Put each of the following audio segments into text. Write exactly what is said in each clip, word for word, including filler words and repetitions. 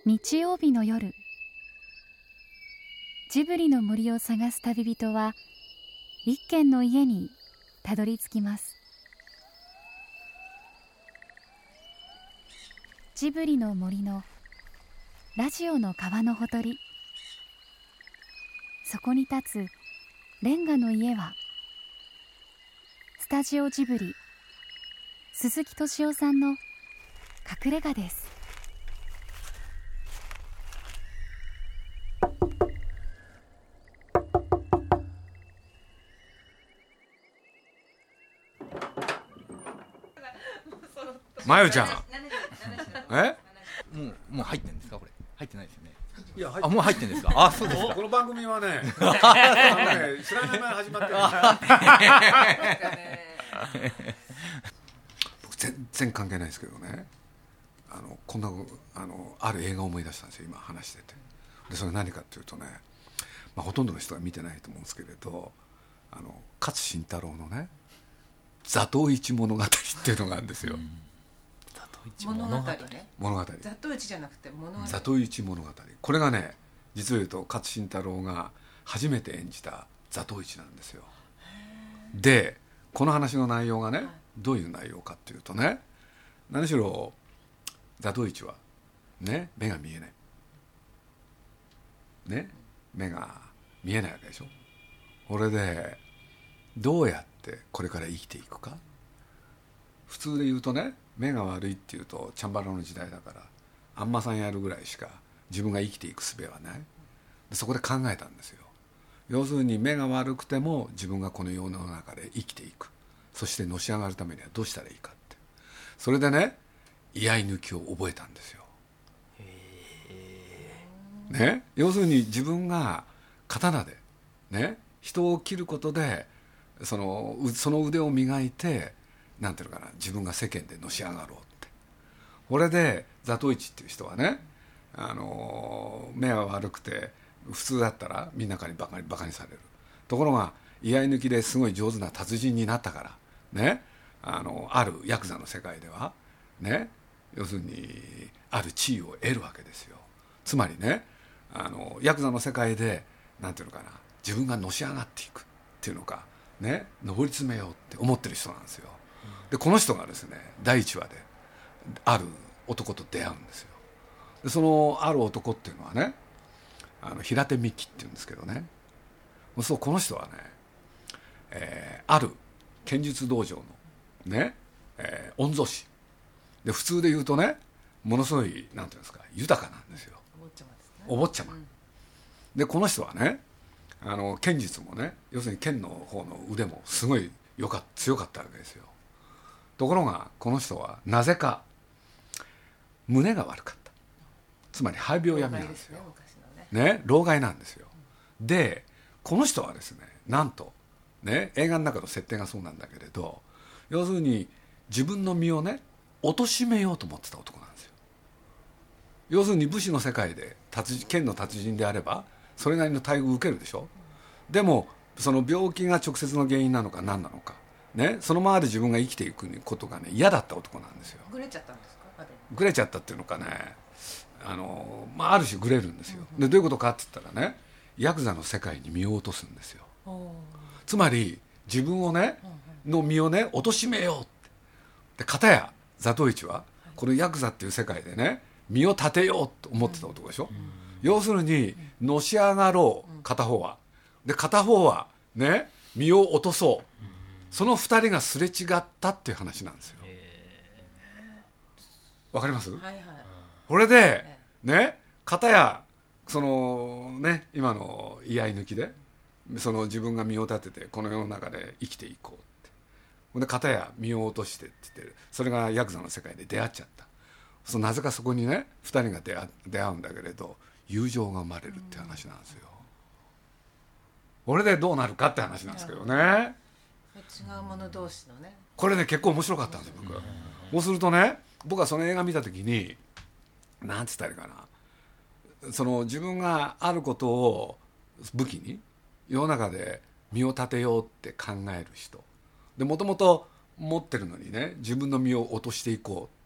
日曜日の夜、ジブリの森を探す旅人は一軒の家にたどり着きます。ジブリの森のラジオの川のほとり、そこに立つレンガの家はスタジオジブリ鈴木敏夫さんの隠れ家です。 まゆちゃん、えもうもう入ってるんですか？これ入ってないですよね。 いや、 あ、もう入ってるんですか？あ、そうですか。 この番組はね、あのね知らない前始まってる僕全然関係ないですけどね、あのこんなあのある映画を思い出したんですよ、今話してて。でそれ何かっていうとね、まあ、ほとんどの人が見てないと思うんですけれど、あの勝新太郎のね座頭市物語っていうのがあるんですよ。 物語ね。 物語。 座頭市じゃなくて物語。 座頭市物語。これがね、実を言うと勝新太郎が初めて演じた座頭市なんですよ。で、この話の内容がね、はい、どういう内容かっていうとね、何しろ座頭市はね、目が見えない。ね、目が見えないわけでしょ。これでどうやってこれから生きていくか。普通で言うとね、目が悪いっていうとチャンバラの時代だからあんまさんやるぐらいしか自分が生きていく術はない。でそこで考えたんですよ。要するに目が悪くても自分がこの世の中で生きていく、そしてのし上がるためにはどうしたらいいかって。それでね、居合抜きを覚えたんですよ。ね、要するに自分が刀でね、人を切ることでその、その腕を磨いて、なんていうのかな、自分が世間でのし上がろうって。これで座頭市っていう人はね、あの目は悪くて普通だったらみんなからバカにバカにされる。ところが居合抜きですごい上手な達人になったからね、あのあるヤクザの世界ではね、要するにある地位を得るわけですよ。つまりね、あのヤクザの世界でなんていうのかな、自分がのし上がっていくっていうのかね、上り詰めようって思ってる人なんですよ。でこの人がですね、だいいちわである男と出会うんですよ。でそのある男っていうのはね、あの平手美紀っていうんですけどね、そうこの人はね、えー、ある剣術道場のね、えー、御曹司で、普通で言うとね、ものすごいなんていうんですか、豊かなんですよ。お坊ちゃまですね。お坊ちゃま、うん、でこの人はね、あの剣術もね、要するに剣の方の腕もすごいよか強かったわけですよ。ところがこの人はなぜか胸が悪かった。つまり肺病病なんですよ。ね、老害なんですよ。でこの人はですね、なんとね、映画の中の設定がそうなんだけれど、要するに自分の身をね貶めようと思ってた男なんですよ。要するに武士の世界で達人、剣の達人であればそれなりの待遇を受けるでしょ。でもその病気が直接の原因なのか何なのかね、そのままで自分が生きていくことがね嫌だった男なんですよ。 ぐれちゃったんですか？ ぐれちゃったっていうのかね、あの、まあ、ある種ぐれるんですよ。でどういうことかって言ったらね、ヤクザの世界に身を落とすんですよ。つまり自分をねの身をね貶めようって。で片や座頭市はこのヤクザっていう世界でね身を立てようと思ってた男でしょ。要するにのし上がろう片方は、で片方はね身を落とそう、その二人がすれ違ったっていう話なんですよ。わかります？はいはい。これでね、片やそのね今の居合抜きでその自分が身を立ててこの世の中で生きていこうって、で片や身を落としてって言ってる、それがヤクザの世界で出会っちゃった。そのなぜかそこにね二人が出会、出会うんだけれど友情が生まれるって話なんですよ。これでどうなるかって話なんですけどね。 違う者同士のね、 これね結構面白かったんですよ僕。そうするとね、僕はその映画見た時になんつったらいいかな、その自分があることを武器に世の中で身を立てようって考える人で、もともと持ってるのにね自分の身を落としていこうって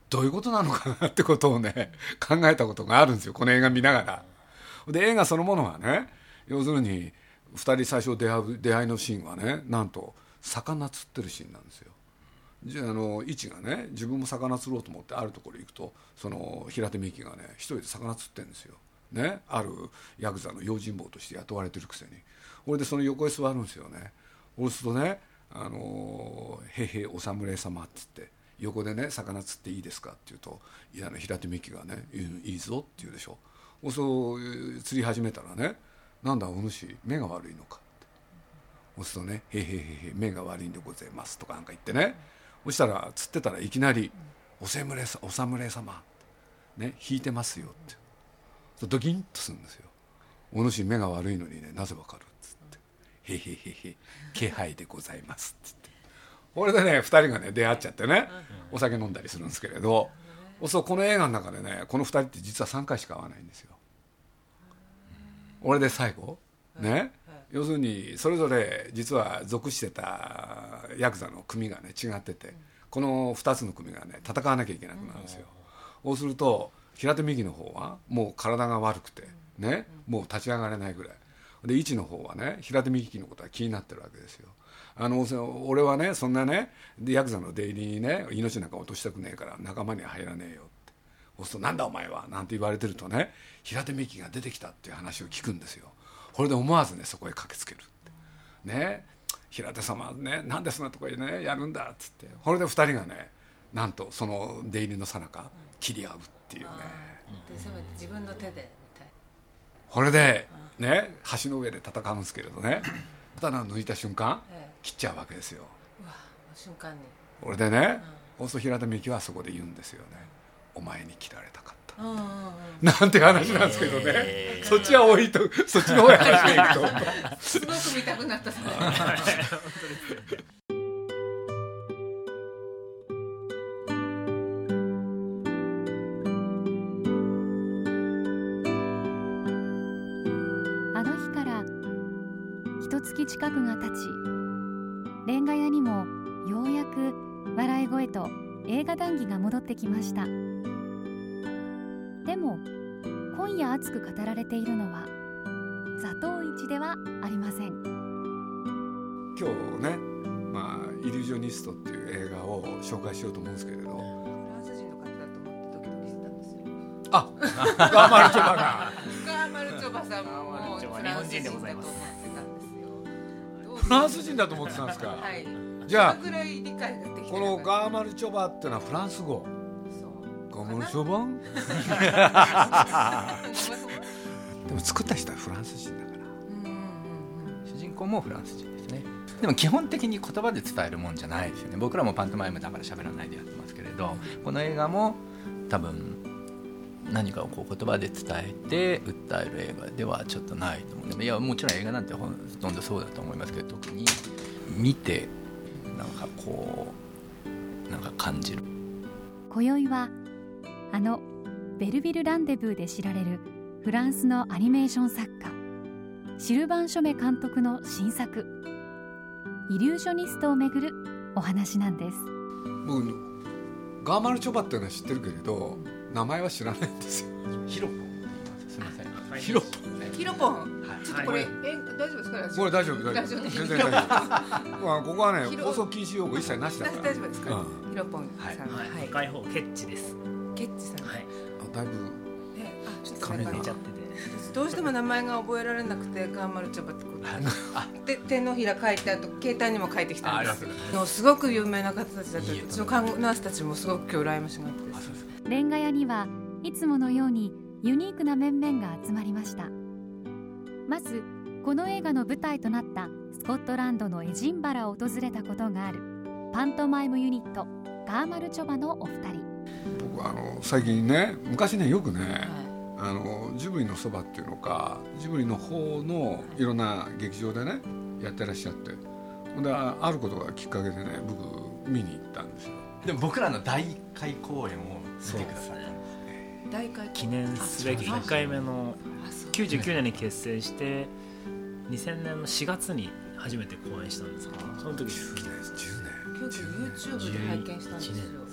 どういうことなのかなってことをね考えたことがあるんですよ、この映画見ながら。で映画そのものはね、要するにふたり最初出会う出会いのシーンはね、なんと魚釣ってるシーンなんですよ。じゃあ、あの一がね自分も魚釣ろうと思ってあるところ行くと、その平手美紀がね一人で魚釣ってるんですよね、あるヤクザの用心棒として雇われてるくせに。俺でその横へ座るんですよね。そうするとね、あのへいへいお侍様っつって横でね、魚釣っていいですかって言うと、いや、平手美紀がね、いいぞって言うでしょ。そう釣り始めたらね、なんだお主目が悪いのかって、そうするとね、へいへいへいへい目が悪いんでございますとかなんか言ってね、そしたら釣ってたらいきなりお侍さお侍様ね、引いてますよってドキンとするんですよ。お主目が悪いのにね、なぜわかるっつって、へいへいへいへい気配でございますっつって、これでねふたりがね出会っちゃってね、お酒飲んだりするんですけれど、そうこの映画の中でね、このふたりって実はさんかいしか会わないんですよ。俺で最後ね、要するにそれぞれ実は属してたヤクザの組がね違ってて、このふたつの組がね戦わなきゃいけなくなるんですよ。そうすると平手美紀の方はもう体が悪くてね、もう立ち上がれないぐらいで、一の方はね平手美紀のことは気になってるわけですよ。あの俺はねそんなねヤクザの出入りにね命なんか落としたくねえから仲間には入らねえよって、そうするとなんだお前はなんて言われてるとね、平手美紀が出てきたっていう話を聞くんですよ。これで思わずねそこへ駆けつけるってね、平手様ねなんでそんなとこへねやるんだっつって、これでふたりがねなんとその出入りの最中切り合うっていうね、 でせめて自分の手でみたい。 これでね橋の上で戦うんですけれどね、刀を抜いた瞬間、ええ、切っちゃうわけですよ。 うわ瞬間に。 これでね、うん、そう平手美紀はそこで言うんですよね、お前に切られたかった、うんうんうん、なんて話なんですけどね、えー、そっちは置いとそっちの方へ話していくとすごく見たくなった一月近くが経ち、レンガ屋にもようやく笑い声と映画談義が戻ってきました。でも今夜熱く語られているのは座頭市ではありません。 今日ね、まあ、イリュージョニストっていう映画を紹介しようと思うんですけれど、フランス人の方だと思ってドキドキしてたんですよ。 あ、ガーマルチョバがガーマルチョバさんもフランス人だと思ってたんですよ。 フランス人だと思ってたんですか。 はい。 じゃあそのぐらい理解ができて、 このガーマルチョバってのはフランス語。そう。ガーマルチョバン？でも作った人はフランス人だから。 主人公もフランス人ですね。でも基本的に言葉で伝えるもんじゃないですよね。僕らもパントマイムだから喋らないでやってますけれど、この映画も多分何かをこう言葉で伝えて訴える映画ではちょっとないと思う。でもいやもちろん映画なんてほとんどそうだと思いますけど、特に見てなんかこうなんか感じる。 今宵はあのベルヴィル・ランデブーで知られるフランスのアニメーション作家シルバン・ショメ監督の新作イリュージョニストをめぐるお話なんです。 僕ガーマルチョバっていうのは知ってるけれど名前は知らないんですよ。 ヒロポンすみません、はい、 ヒロポンヒロポン、はい、ちょっとこれ、はい、え大丈夫ですか。 これ大丈夫大丈夫全然大丈夫まあここはね放送禁止用語一切なしだから大丈夫ですか、うん、ヒロポンさん、 はいはい、赤い方ケッチです。 ケッチさん、 はい、 あだいぶ、 ね、あちょっと髪寝ちゃっててどうしても名前が覚えられなくてガーマルチョバってことで手のひら書いてあと携帯にも書いてきたんです。でもすごく有名な方たちだったり、うちの看護ナースたちもすごく今日羨ましがってです。 レンガ屋にはいつものようにユニークな面々が集まりました。まずこの映画の舞台となったスコットランドのエジンバラを訪れたことがあるパントマイムユニットガーマルチョバのお二人。 僕はあの最近ね昔ねよくね、はい、あのジブリのそばっていうのかジブリの方のいろんな劇場でねやってらっしゃって、であることがきっかけでね僕見に行ったんですよ。 でも僕らの大会公演を見てください。 大会記念すべきいっかいめのきゅうじゅうきゅうねんに結成してにせんねんのしがつに初めて公演したんですけど、その時じゅうねん今日 YouTube で拝見したんですよ。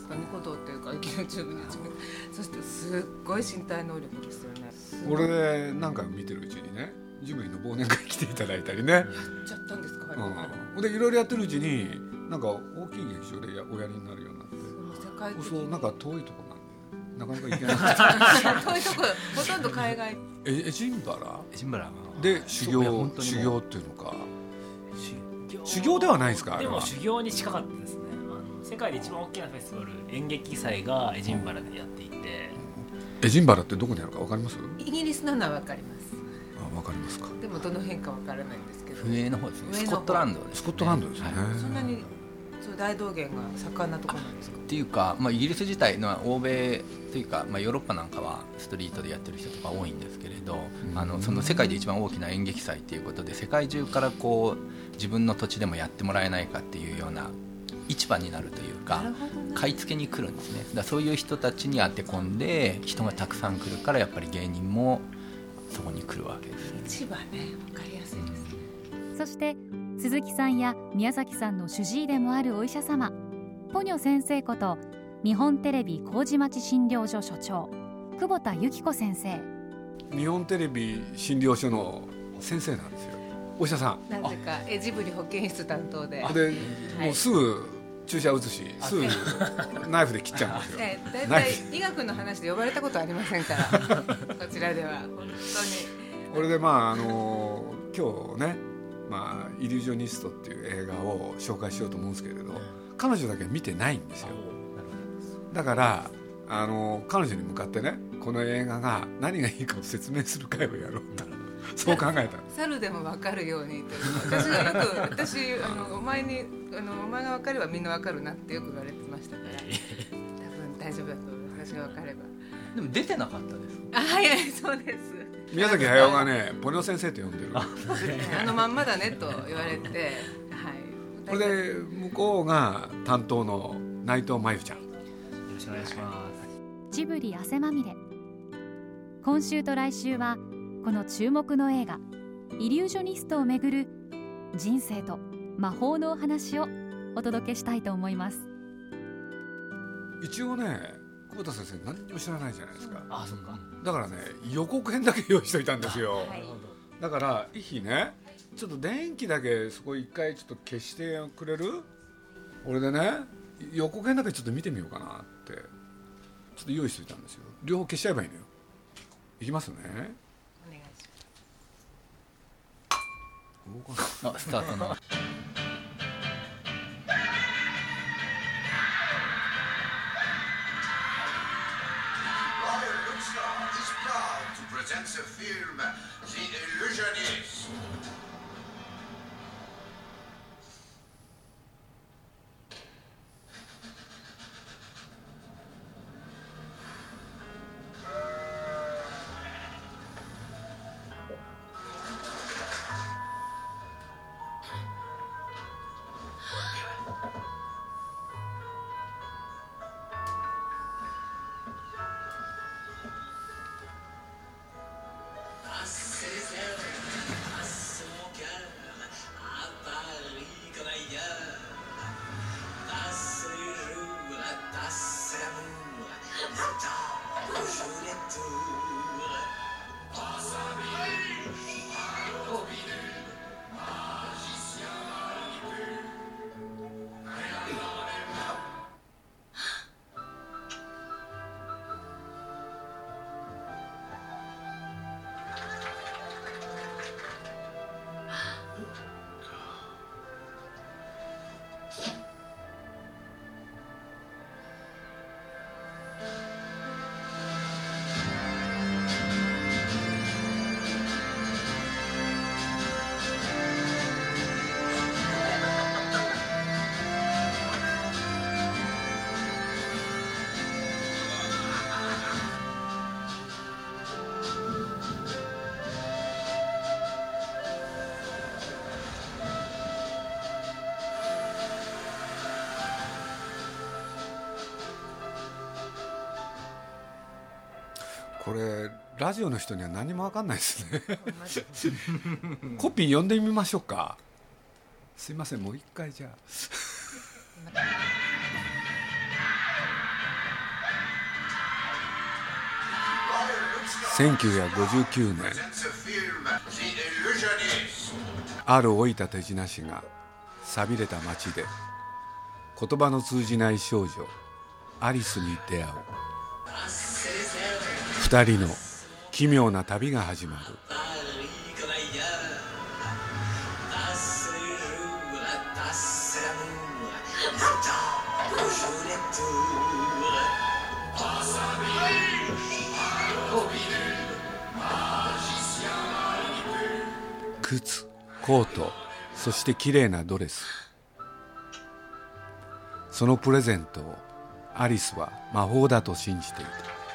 ですか、ニコ動っていうか YouTube にそしてすっごい身体能力ですよね。 俺で何回も見てるうちにね、ジブリの忘年会来ていただいたりね、やっちゃったんですか、 うん、でいろいろやってるうちになんか大きい劇場でおやりになるようになって、 世界的にそうなんか遠いとこなんでなかなか行けなかった遠いとこほとんど海外エジンバラエジンバラで修行修行っていうのか、修行ではないですか。 でも修行に近かったですね。あの世界で一番大きなフェスティバル演劇祭がエジンバラでやっていて、 エジンバラってどこにあるか分かります？ イギリスなのは分かります。 あ、分かりますか。 でもどの辺か分からないんですけど、 上の方ですね。スコットランドですね。 スコットランドですね、はい、 そんなにそう大道芸が盛んなところなんですか？ っていうか、まあ、イギリス自体の欧米というか、まあ、ヨーロッパなんかはストリートでやってる人とか多いんですけれど、うん、あのその世界で一番大きな演劇祭ということで世界中からこう自分の土地でもやってもらえないかっていうような市場になるというか、買い付けに来るんですね。だからそういう人たちに当て込んで人がたくさん来るから、やっぱり芸人もそこに来るわけですね。 市場ね、分かりやすいですね、 うん、そして鈴木さんや宮崎さんの主治医でもあるお医者様、ポニョ先生こと日本テレビ麹町診療所所長久保田由紀子先生。 日本テレビ診療所の先生なんですよ、お医者さん。 なぜかえジブリ保健室担当で、 で、もうすぐ注射打つし、すぐナイフで切っちゃうんですよ。 えだいたい医学の話で呼ばれたことありませんからこちらでは本当に。 これでまああの今日ね、まあ、イリュージョニストっていう映画を紹介しようと思うんですけれど、彼女だけ見てないんですよ。だからあの彼女に向かってね、この映画が何がいいかを説明する会をやろうとそう考えた。 猿でも分かるようにと私がよく私あのお前にあのお前が分かればみんな分かるなってよく言われてましたから多分大丈夫だと思います、私が分かれば。 でも出てなかったです。 あ、はいはい、そうです。 宮崎駿がね、ポニョ先生と呼んでる。 あのまんまだねと言われて、はい、 これで向こうが担当の内藤真由ちゃん。よろしくお願いします。 ジブリ汗まみれ、今週と来週はこの注目の映画イリュージョニストをめぐる人生と魔法のお話をお届けしたいと思います。 一応ね、久保田先生何も知らないじゃないですか。 あ、そっか。 だからね、予告編だけ用意しといたんですよ、 はい、 だからいいね、ちょっと電気だけそこ一回ちょっと消してくれる？俺でね、予告編だけちょっと見てみようかなってちょっと用意しといたんですよ。両方消しちゃえばいいのよ。いきますね。 お願いします。あ、スタートの presents a film, The Illusionist. これラジオの人には何も分かんないですねコピー読んでみましょうか。すいません、もう一回じゃあせんきゅうひゃくごじゅうきゅうねん、ある老いた手品師が寂れた町で言葉の通じない少女アリスに出会う。二人の奇妙な旅が始まる。靴、コート、そして綺麗なドレス。そのプレゼントをアリスは魔法だと信じていた。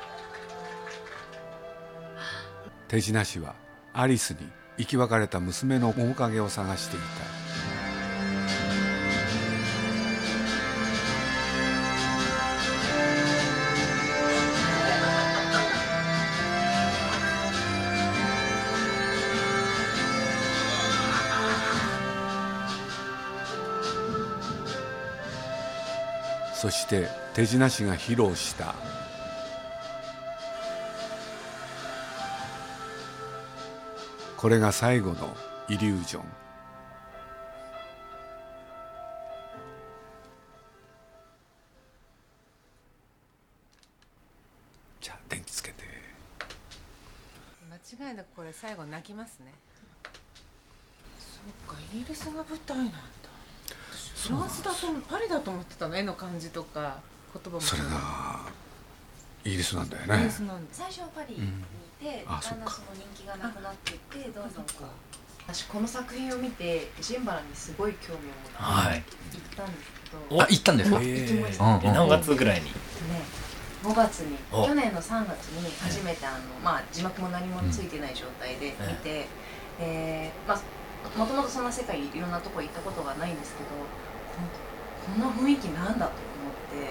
手品師はアリスに生き別れた娘の面影を探していた。そして手品師が披露したこれが最後のイリュージョン。じゃあ電気つけて。 間違いなくこれ最後泣きますね。そうか、イギリスが舞台なんだ。フランスだとパリだと思ってたの、絵の感じとか言葉も。 それがイギリスなんだよね。 イギリスなんだ。 最初はパリにいて、うん、だんだんその人気がなくなっていってどんどんこう。私この作品を見てジンバラにすごい興味を持って、はい、行ったんですけど。 あ、行ったんですか。 行きました、ね。 何月ぐらいに？ね、 ごがつに、去年のさんがつに初めてあの、まあ、字幕も何もついてない状態で見て、うん、えー、まあもともとそんな世界いろんなとこ行ったことがないんですけど、こんな雰囲気なんだと思って、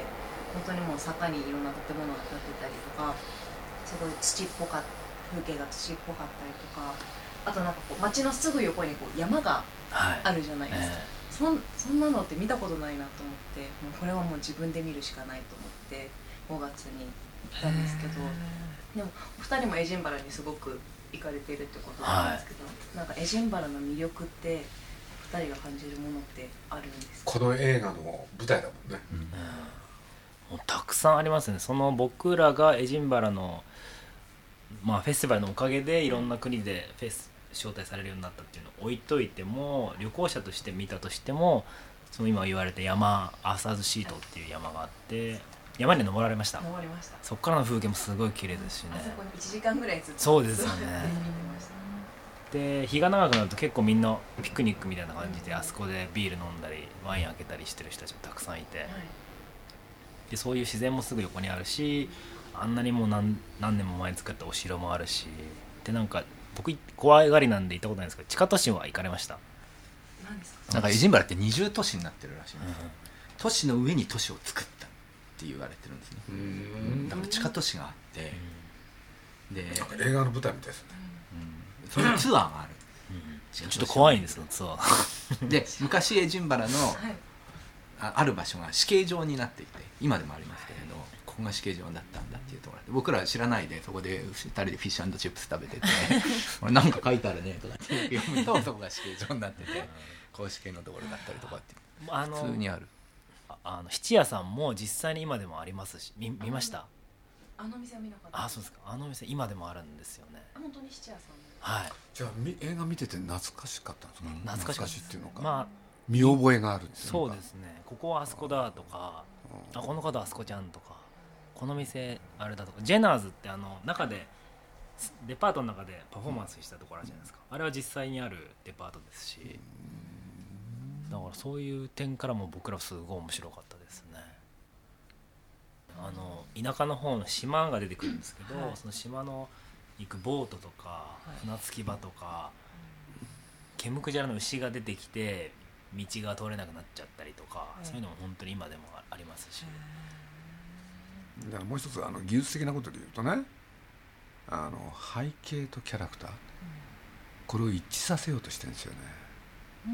本当にもう坂にいろんな建物が建ってたりとか、すごい土っぽか風景が土っぽかったりとか、あとなんかこう街のすぐ横にこう山があるじゃないですか、はい、えー、そん、そんなのって見たことないなと思って、もうこれはもう自分で見るしかないと思ってごがつに行ったんですけど、でもお二人もエジンバラにすごく行かれているってことなんですけど、はい、なんかエジンバラの魅力ってふたりが感じるものってあるんですか？ この映画の舞台だもんね、うん、 もうたくさんありますね。その僕らがエジンバラの、まあ、フェスティバルのおかげでいろんな国でフェス招待されるようになったっていうのを置いといても、旅行者として見たとしても、その今言われた山、アーサーズシートっていう山があって、山に登られました。 登りました。 そこからの風景もすごい綺麗ですしね。 あそこにいちじかんぐらいずっと。 そうですよね。で日が長くなると結構みんなピクニックみたいな感じで、あそこでビール飲んだりワイン開けたりしてる人たちもたくさんいて、はい、でそういう自然もすぐ横にあるし、あんなにもう 何, 何年も前に作ったお城もあるし、でなんか僕怖がりなんで行ったことないんですけど、地下都市は行かれました？ 何ですか？ なんかエジンバラって二重都市になってるらしいんです、うん、都市の上に都市を作ったって言われてるんですね。うん、だから地下都市があって、うん、で映画の舞台みたいですね、 うん、そのツアーがある、 うん、ちょっと怖いんですよツアーで昔エジンバラの、はい、あ, ある場所が死刑場になっていて、今でもありますけれど、ここが死刑場だったんだっていうところで、僕ら知らないでそこでふたりでフィッシュ&チップス食べててなんか書いてあるねとかって読むとそこが死刑場になってて公式のところだったりとかってあの普通にある。 あの質屋さんも実際に今でもありますし、 見, 見ました？ あの店は見なかった。 あ、そうですか。あの店今でもあるんですよね。 本当に質屋さん。 はい。 じゃあ映画見てて懐かしかったんですか？ 懐かしかった。 懐かしいっていうのか、 まあ、 見覚えがあるんですよ。 そうですね。ここはあそこだとか、あこの方あそこちゃんとか、この店あれだとか、ジェナーズってあの中でデパートの中でパフォーマンスしたところあるじゃないですか、うん、あれは実際にあるデパートですし、だからそういう点からも僕らすごい面白かったですね。あの田舎の方の島が出てくるんですけど、はい、その島の行くボートとか、はい、船着き場とか、ケムクジャラの牛が出てきて道が通れなくなっちゃったりとか、はい、そういうのも本当に今でもありますし、 だからもう一つあの技術的なことで言うとね、あの背景とキャラクター、うん、これを一致させようとしてるんですよね。うん、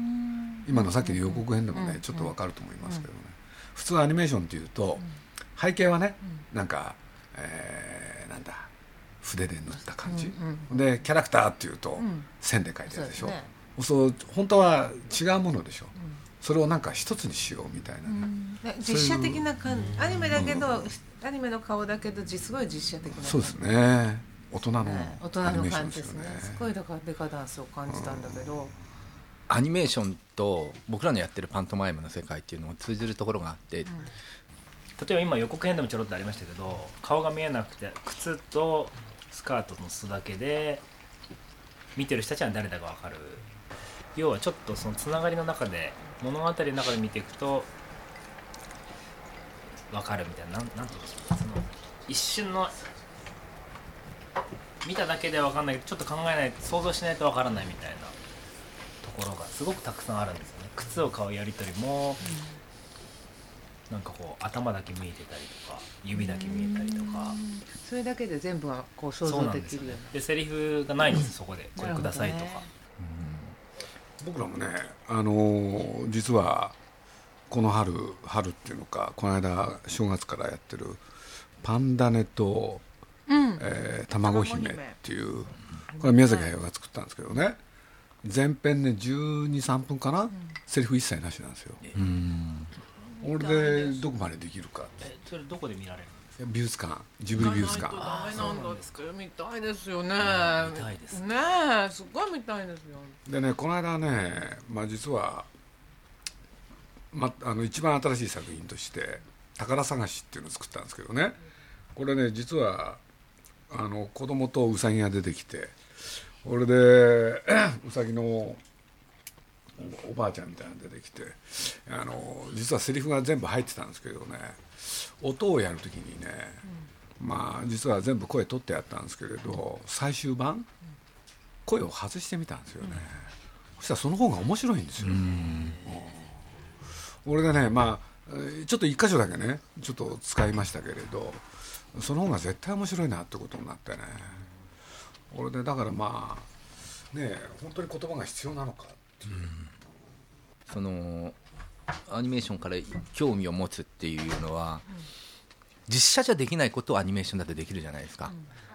今のさっきの予告編でもね、うん、ちょっと分かると思いますけどね、うん、普通アニメーションっていうと、うん、背景はね、うん、なんか、えー、なんだ筆で塗った感じ、 うんうん、 でキャラクターっていうと、うん、線で描いてるでしょ。そう、ね、そう本当は違うものでしょ、うん、それをなんか一つにしようみたいな、ね、 うん、実写的な感じ、アニメだけど、うん、アニメの顔だけどすごい実写的な感じ。 そうですね、大人のアニメーションですよね。 大人の感じですね。すごいだからデカダンスを感じたんだけど、うん、 アニメーションと僕らのやってるパントマイムの世界っていうのも通じるところがあって、うん、 例えば今予告編でもちょろっとありましたけど、顔が見えなくて靴とスカートの素だけで見てる人たちは誰だか分かる。要はちょっとそのつながりの中で物語の中で見ていくと分かるみたいな、なん、なんていうんですか、その一瞬の見ただけでは分かんないけど、ちょっと考えない想像しないと分からないみたいなところがすごくたくさんあるんですよね。靴を買うやり取りも、うん、なんかこう頭だけ見えてたりとか指だけ見えたりとか、 それだけで全部がこう想像できるような。 でセリフがないんです、そこでこれくださいとか、ね、 うん、僕らもね、あのー、実はこの春春っていうのか、この間正月からやってるパンダネと、うん、えー、卵姫っていう、これは宮崎駿が作ったんですけどね、前編ねじゅうに、さんぷんかな、うん、セリフ一切なしなんですよ。うん、俺でどこまでできるかって。 え、それどこで見られるんですか？ 美術館、ジブリ美術館。 ダメなんだって。見たいですよね。 見たいですね。すごい見たいですよ。 でね、この間ね、まあ実は、ま、あの一番新しい作品として宝探しっていうのを作ったんですけどね、これね実はあの子供とウサギが出てきて、これでウサギのおばあちゃんみたいなのが出てきて、あの実はセリフが全部入ってたんですけどね、音をやるときにね、うん、まあ実は全部声取ってやったんですけれど、最終版、うん、声を外してみたんですよね、うん、そしたらその方が面白いんですよ。うん、俺がね、まあちょっと一箇所だけねちょっと使いましたけれど、その方が絶対面白いなってことになってね、俺でだからまあね、本当に言葉が必要なのかっていう、うん、 そのアニメーションから興味を持つっていうのは、うん、実写じゃできないことをアニメーションだってできるじゃないですか、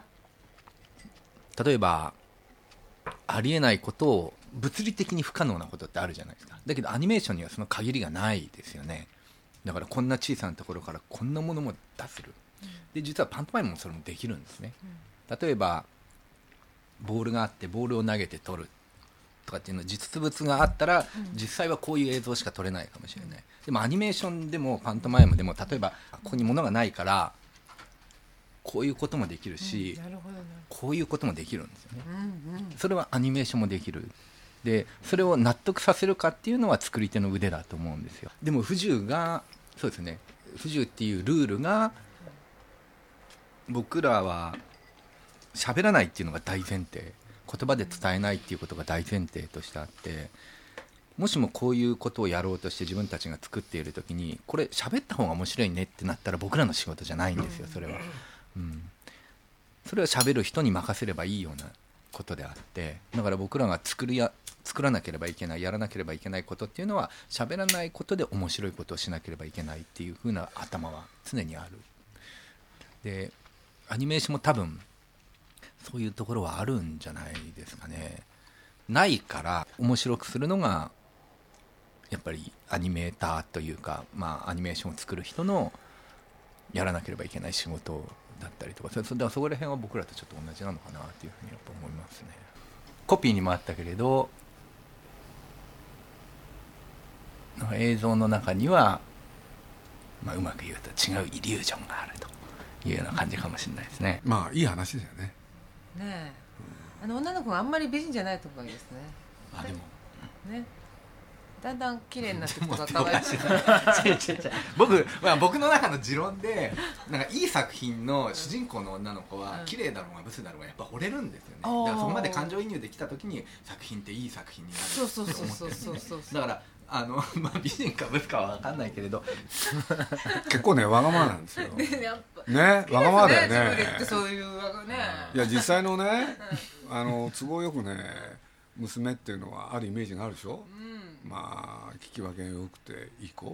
うん、例えばありえないことを物理的に不可能なことってあるじゃないですか。だけどアニメーションにはその限りがないですよね。だからこんな小さなところからこんなものも出せる。で実はパントマイムもそれもできるんですね。例えばボールがあってボールを投げて取るとかっていうの実物があったら、実際はこういう映像しか撮れないかもしれない。でもアニメーションでもパントマイムでも、例えばここに物がないからこういうこともできるし、うん、なるほどね、こういうこともできるんですよね、うんうん、それはアニメーションもできる。でそれを納得させるかっていうのは作り手の腕だと思うんですよ。でも不自由がそうですね、不自由っていうルールが僕らは喋らないっていうのが大前提、言葉で伝えないっていうことが大前提としてあって、もしもこういうことをやろうとして自分たちが作っている時にこれ喋った方が面白いねってなったら僕らの仕事じゃないんですよ、それは、うん、それは喋る人に任せればいいようなことであって、だから僕らが作りや作らなければいけない、やらなければいけないことっていうのは喋らないことで面白いことをしなければいけないっていう風な頭は常にある。でアニメーションも多分そういうところはあるんじゃないですかね。ないから面白くするのがやっぱりアニメーターというか、まあ、アニメーションを作る人のやらなければいけない仕事だったりとか、そ, そ, そこら辺は僕らとちょっと同じなのかなというふうにやっぱ思いますね。コピーにもあったけれど映像の中には、まあ、うまく言うと違うイリュージョンがあるというような感じかもしれないですね。 まあいい話だよね。 ねえ、あの女の子があんまり美人じゃないところがいいですね。 あでもね、だんだん綺麗になっていくとか可愛いし僕、まあ、僕の中の持論でなんかいい作品の主人公の女の子は綺麗だろうがブスだろうがやっぱ惚れるんですよね、うん、だからそこまで感情移入できた時に作品っていい作品になるって思ってるんですね。だからあの、まあ、美人かブスかは分かんないけれど結構ねわがままなんですよね、やっぱね、わがままだよね。 ジブリってそういうね、 いや実際のねあの都合よくね娘っていうのはあるイメージがあるでしょ、うん、まあ聞き分けがよくていい子、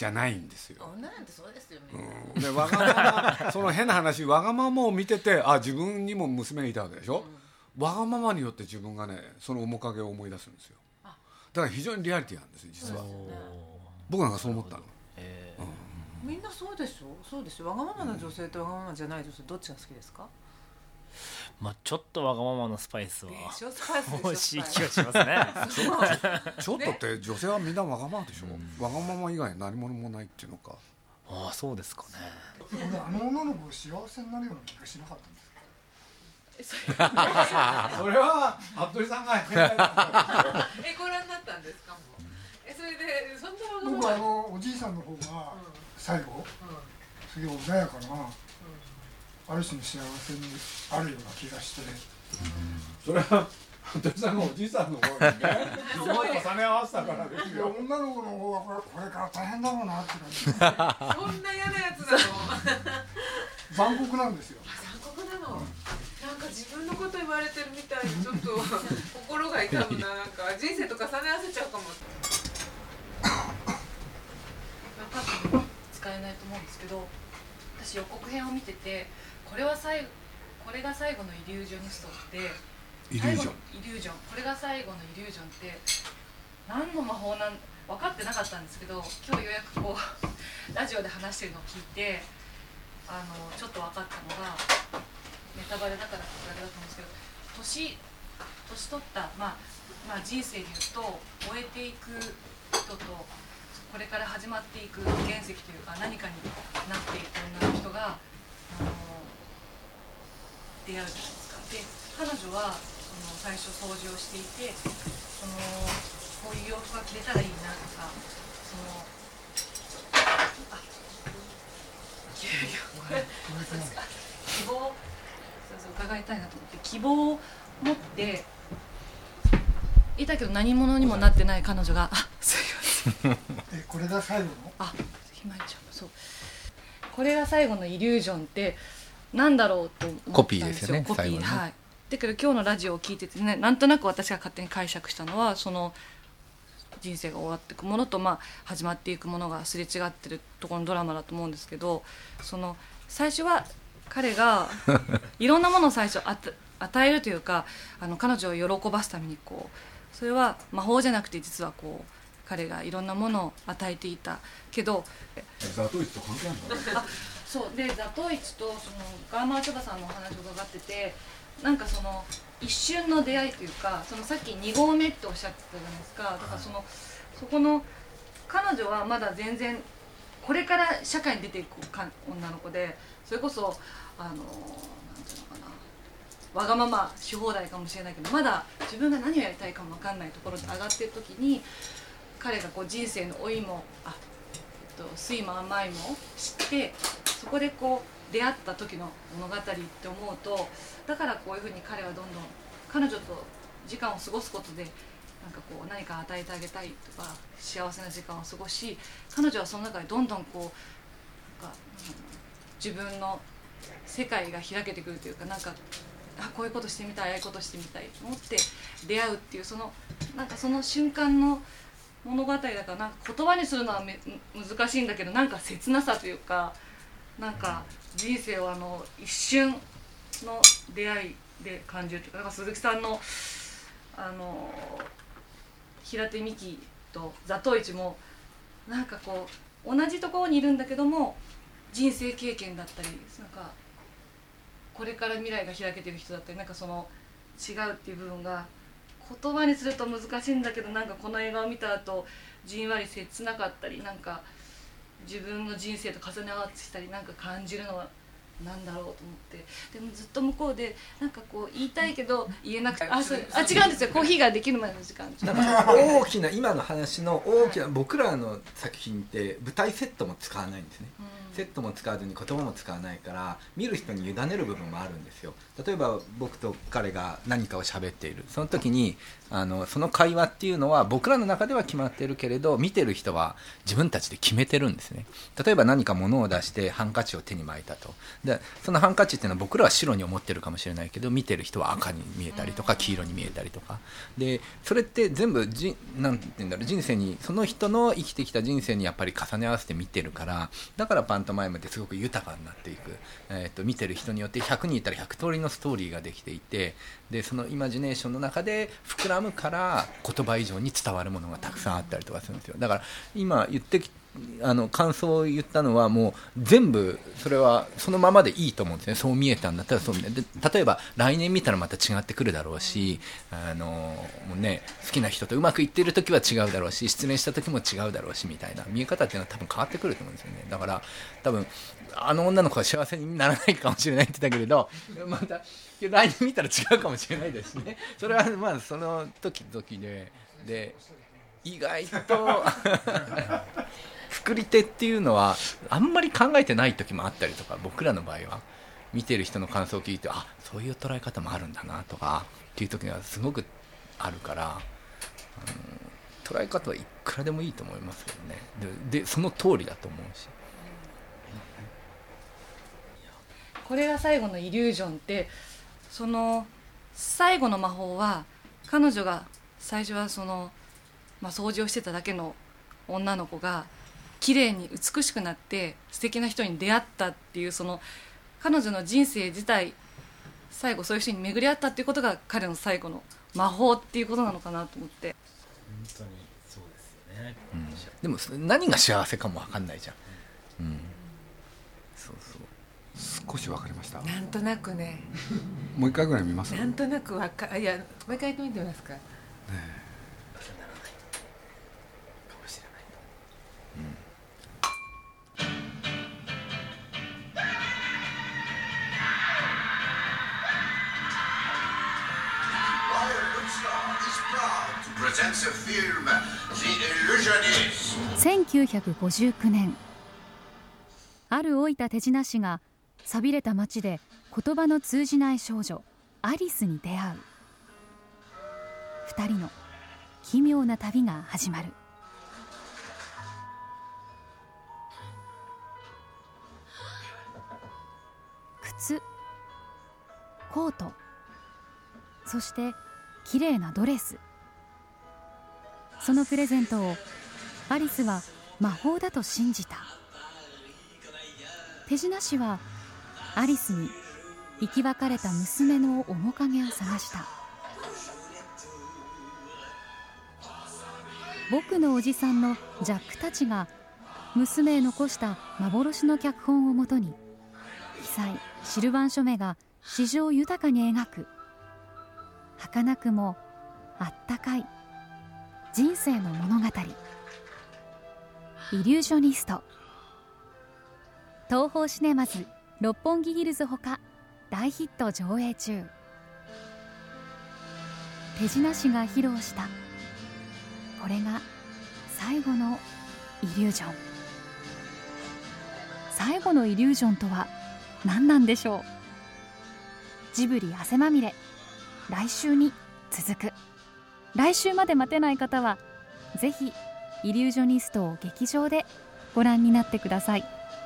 じゃないんですよ。 女なんてそうですよみんな、 うん、でわがままその変な話わがままを見ててあ自分にも娘がいたわけでしょ、うん、わがままによって自分がねその面影を思い出すんですよ。だから非常にリアリティなんですよ実は、ね、僕なんかそう思ったの、 えーうん、みんなそうでしょそうでしょわがままな女性とわがままじゃない女性どっちが好きですか？ まあ、ちょっとわがままのスパイスは欲しい気がしますねちょっとって女性はみんなわがままでしょ、うん、わがまま以外何者もないっていうのか。 ああそうですかね。 俺あの女の子幸せになるような気がしなかったんですそれは服部さんがえご覧になったんですか？もうえそれでそんな僕はあのおじいさんの方が最後、うん、すげえ穏やかな、うんある種の幸せにあるような気がして、 うん、それは服部さんがおじいさんの方にねすごい重ね合わせたからですよ。 女の子の方はこれ、これから大変だろうなって感じそんな嫌なやつなの残酷なんですよ。 残酷なの、うん、なんか自分のこと言われてるみたいにちょっと心が痛むな。なんか人生と重ね合わせちゃうかも多分使えないと思うんですけど私予告編を見ててこれは最後これが最後のイリュージョニストってイリュージョンイリュージョンこれが最後のイリュージョンって何の魔法なん分かってなかったんですけど今日ようやくこうラジオで話してるのを聞いてあのちょっと分かったのがネタバレだからってあれだと思うんですけど年年取った、まあ、まあ人生でいうと終えていく人とこれから始まっていく原石というか何かになっていく女の人があの出会うじゃないですか。で彼女はその最初掃除をしていてそのこういう洋服が着れたらいいなとかそのあいやいやこれそうですか希望そうそう伺いたいなと思って希望を持っていたけど何者にもなってない彼女があすいませんえこれが最後のあひまりちゃんもそうこれが最後のイリュージョンってなんだろうと思ったんですよ。 コピーですよねコピー、 最後ね。 はい。だけど今日のラジオを聞いててねなんとなく私が勝手に解釈したのはその人生が終わっていくものと、まあ、始まっていくものがすれ違ってるところのドラマだと思うんですけどその最初は彼がいろんなものを最初あた与えるというかあの彼女を喜ばすためにこうそれは魔法じゃなくて実はこう彼がいろんなものを与えていたけどザトウイチと関係あるんだあそうでザトウイチとそのガーマーチョバさんのお話を伺っててなんかその一瞬の出会いというかそのさっきに合目っておっしゃってたじゃないですか。だからそのそこの彼女はまだ全然これから社会に出ていくか女の子でそれこそあのなんていうのかなわがままし放題かもしれないけどまだ自分が何をやりたいかも分かんないところで上がっている時に彼がこう人生の老いもあ、えっと、酸いも甘いも知ってそこでこう出会った時の物語って思うとだからこういうふうに彼はどんどん彼女と時間を過ごすことでなんかこう何か与えてあげたいとか幸せな時間を過ごし彼女はその中でどんどんこうなんか、うん、自分の世界が開けてくるというかなんかあこういうことしてみたいああいうことしてみたいと思って出会うっていうそのなんかその瞬間の物語だからなんか言葉にするのはめ難しいんだけどなんか切なさというかなんか人生をあの一瞬の出会いで感じるというかなんか鈴木さんのあの平手美紀とザトウイチもなんかこう同じところにいるんだけども人生経験だったりなんかこれから未来が開けてる人だったりなんかその違うっていう部分が言葉にすると難しいんだけどなんかこの映画を見た後じんわり切なかったりなんか自分の人生と重ね合わせたりなんか感じるのはなんだろうと思ってでもずっと向こうでなんかこう言いたいけど言えなくてあそうあ違うんですよコーヒーができるまでの時間だから大きな今の話の大きな僕らの作品って舞台セットも使わないんですね、うん、セットも使わずに言葉も使わないから見る人に委ねる部分もあるんですよ。例えば僕と彼が何かを喋っているその時にあのその会話っていうのは僕らの中では決まってるけれど見てる人は自分たちで決めてるんですね。例えば何か物を出してハンカチを手に巻いたとででそのハンカチっていうのは僕らは白に思ってるかもしれないけど見てる人は赤に見えたりとか黄色に見えたりとかでそれって全部じなんて言うんだろう人生にその人の生きてきた人生にやっぱり重ね合わせて見てるからだからパントマイムってすごく豊かになっていく、えー、と見てる人によってひゃくにんいたらひゃく通りのストーリーができていてでそのイマジネーションの中で膨らむから言葉以上に伝わるものがたくさんあったりとかするんですよ。だから今言ってきあの感想を言ったのはもう全部それはそのままでいいと思うんですね。そう見えたんだったらそう見えで例えば来年見たらまた違ってくるだろうしあのもう、ね、好きな人とうまくいっている時は違うだろうし失恋した時も違うだろうしみたいな見え方っていうのは多分変わってくると思うんですよね。だから多分あの女の子は幸せにならないかもしれないって言ったけれどまた来年見たら違うかもしれないですね。それはまあその時々でで意外と作り手っていうのはあんまり考えてない時もあったりとか僕らの場合は見てる人の感想を聞いてあそういう捉え方もあるんだなとかっていう時がすごくあるから、うん、捉え方はいくらでもいいと思いますけどね。で、でその通りだと思うしこれが最後のイリュージョンってその最後の魔法は彼女が最初はその、まあ、掃除をしてただけの女の子が綺麗に美しくなって素敵な人に出会ったっていうその彼女の人生自体最後そういう人に巡り合ったっていうことが彼の最後の魔法っていうことなのかなと思って本当にそうですよね、 うん、でも何が幸せかも分かんないじゃん、うん、そうそう少し分かりました。 なんとなくねもう一回ぐらい見ます。 なんとなくわかいやもう一回見てみますか。ねえせんきゅうひゃくごじゅうきゅうねんある老いた手品師が寂れた町で言葉の通じない少女アリスに出会う。二人の奇妙な旅が始まる。靴、コート、そして綺麗なドレス。そのプレゼントをアリスは魔法だと信じた。手品師はアリスに生き別れた娘の面影を探した。僕のおじさんのジャックたちが娘へ残した幻の脚本をもとに奇才シルバン・ショメが詩情豊かに描く儚くもあったかい人生の物語。イリュージョニスト。東宝シネマズ六本木ヒルズほか大ヒット上映中。手品師が披露したこれが最後のイリュージョン。最後のイリュージョンとは何なんでしょう。ジブリ汗まみれ、来週に続く。来週まで待てない方はぜひイリュージョニストを劇場でご覧になってください。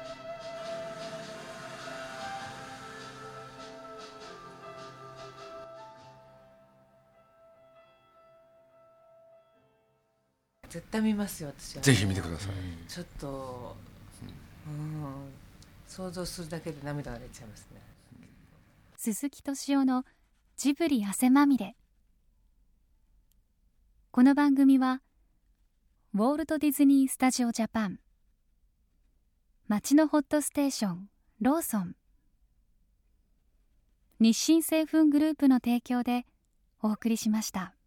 絶対見ますよ私は。 ぜひ見てください。 ちょっと、うん、想像するだけで涙が出ちゃいますね。 鈴木敏夫のジブリ汗まみれ。この番組はウォルト・ディズニー・スタジオ・ジャパン、街のホットステーションローソン、日清製粉グループの提供でお送りしました。